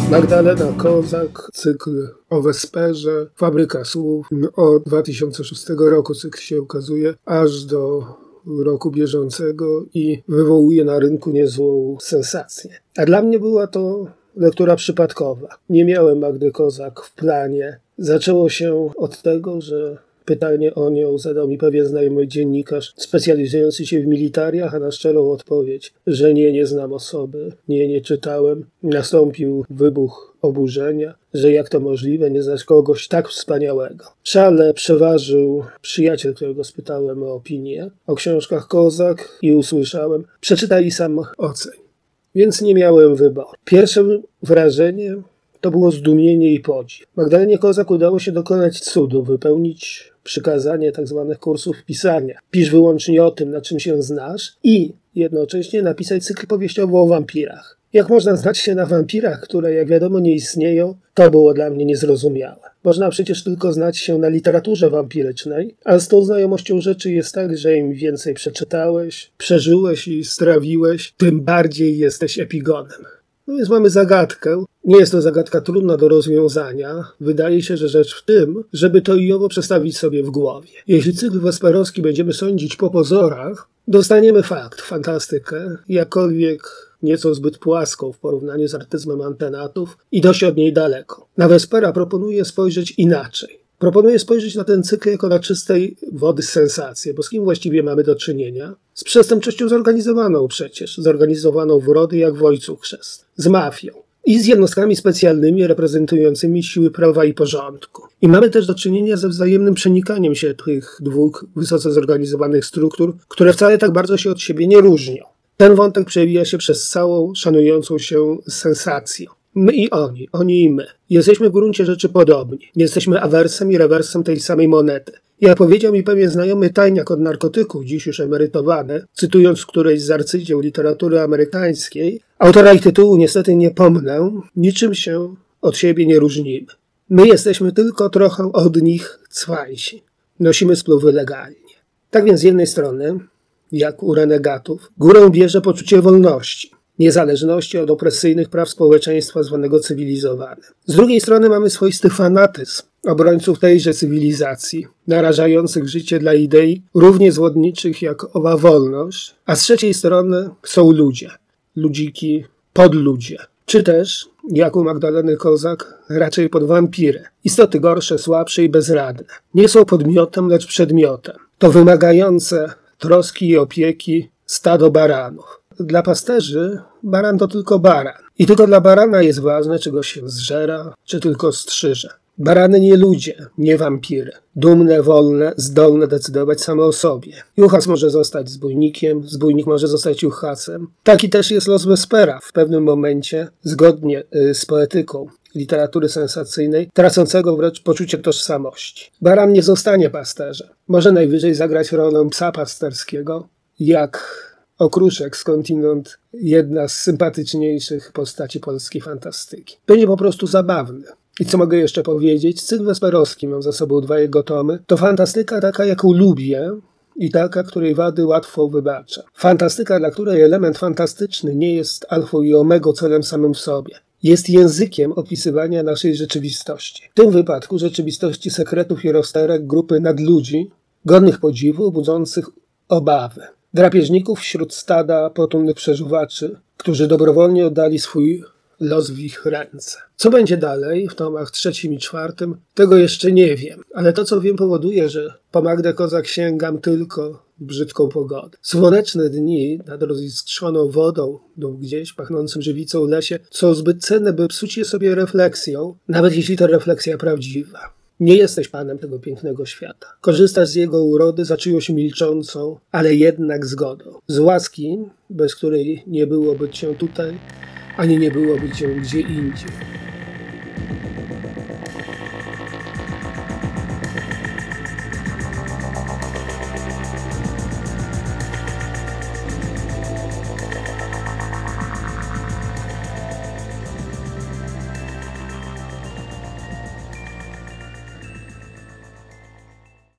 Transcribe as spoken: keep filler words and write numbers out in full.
Magdalena Kozak, cykl o Wesperze, Fabryka Słów. Od dwa tysiące szóstego roku cykl się ukazuje aż do roku bieżącego i wywołuje na rynku niezłą sensację. A dla mnie była to lektura przypadkowa. Nie miałem Magdy Kozak w planie. Zaczęło się od tego, że pytanie o nią zadał mi pewien znajomy dziennikarz specjalizujący się w militariach, a na szczerą odpowiedź, że nie, nie znam osoby, nie, nie czytałem. Nastąpił wybuch oburzenia, że jak to możliwe, nie znać kogoś tak wspaniałego. W szale przeważył przyjaciel, którego spytałem o opinię o książkach Kozak i usłyszałem: przeczytaj i sam oceń. Więc nie miałem wyboru. Pierwszym wrażeniem to było zdumienie i podziw. Magdalenie Kozak udało się dokonać cudu, wypełnić przykazanie tzw. kursów pisania. Pisz wyłącznie o tym, na czym się znasz, i jednocześnie napisać cykl powieściowy o wampirach. Jak można znać się na wampirach, które jak wiadomo nie istnieją, to było dla mnie niezrozumiałe. Można przecież tylko znać się na literaturze wampirycznej, a z tą znajomością rzeczy jest tak, że im więcej przeczytałeś, przeżyłeś i strawiłeś, tym bardziej jesteś epigonem. No więc mamy zagadkę. Nie jest to zagadka trudna do rozwiązania. Wydaje się, że rzecz w tym, żeby to i owo przestawić sobie w głowie. Jeśli cykl wesperowski będziemy sądzić po pozorach, dostaniemy fakt, fantastykę, jakkolwiek nieco zbyt płaską w porównaniu z artyzmem antenatów i dość od niej daleko. Na Vespera proponuję spojrzeć inaczej. Proponuję spojrzeć na ten cykl jako na czystej wody sensację, bo z kim właściwie mamy do czynienia? Z przestępczością zorganizowaną przecież, zorganizowaną w rody jak w Ojcu Chrzest, z mafią i z jednostkami specjalnymi reprezentującymi siły prawa i porządku. I mamy też do czynienia ze wzajemnym przenikaniem się tych dwóch wysoce zorganizowanych struktur, które wcale tak bardzo się od siebie nie różnią. Ten wątek przewija się przez całą szanującą się sensację. My i oni, oni i my. Jesteśmy w gruncie rzeczy podobni. Jesteśmy awersem i rewersem tej samej monety. Jak powiedział mi pewien znajomy tajniak od narkotyków, dziś już emerytowany, cytując którejś z arcydzieł literatury amerykańskiej, autora i tytułu niestety nie pomnę, niczym się od siebie nie różnimy. My jesteśmy tylko trochę od nich cwańsi. Nosimy spluwy legalnie. Tak więc z jednej strony, jak u renegatów, górę bierze poczucie wolności, niezależności od opresyjnych praw społeczeństwa zwanego cywilizowanym. Z drugiej strony mamy swoisty fanatyzm obrońców tejże cywilizacji, narażających życie dla idei równie złodniczych jak owa wolność, a z trzeciej strony są ludzie, ludziki, podludzie, czy też, jak u Magdaleny Kozak, raczej podwampiry, istoty gorsze, słabsze i bezradne. Nie są podmiotem, lecz przedmiotem. To wymagające troski i opieki stado baranów. Dla pasterzy baran to tylko baran. I tylko dla barana jest ważne, czy go się zżera, czy tylko strzyże. Barany nie ludzie, nie wampiry. Dumne, wolne, zdolne decydować same o sobie. Juchas może zostać zbójnikiem, zbójnik może zostać juchasem. Taki też jest los Vespera w pewnym momencie, zgodnie y, z poetyką literatury sensacyjnej, tracącego wręcz poczucie tożsamości. Baran nie zostanie pasterzem. Może najwyżej zagrać rolę psa pasterskiego, jak Okruszek, skądinąd jedna z sympatyczniejszych postaci polskiej fantastyki. Będzie po prostu zabawny. I co mogę jeszcze powiedzieć? Cykl wesperowski, mam za sobą dwa jego tomy. To fantastyka taka, jaką lubię i taka, której wady łatwo wybaczę. Fantastyka, dla której element fantastyczny nie jest alfą i omegą celem samym w sobie. Jest językiem opisywania naszej rzeczywistości. W tym wypadku rzeczywistości sekretów i rozterek grupy nadludzi, godnych podziwu, budzących obawy. Drapieżników wśród stada potomnych przeżuwaczy, którzy dobrowolnie oddali swój los w ich ręce. Co będzie dalej w tomach trzecim i czwartym, tego jeszcze nie wiem, ale to co wiem powoduje, że po Magdę Kozak sięgam tylko w brzydką pogodę. Słoneczne dni nad rozistrzoną wodą lub gdzieś pachnącym żywicą lesie są zbyt cenne, by psuć je sobie refleksją, nawet jeśli to refleksja prawdziwa. Nie jesteś panem tego pięknego świata. Korzystasz z jego urody za czyjąś milczącą, ale jednak zgodą. Z łaski, bez której nie byłoby cię tutaj, ani nie byłoby cię gdzie indziej.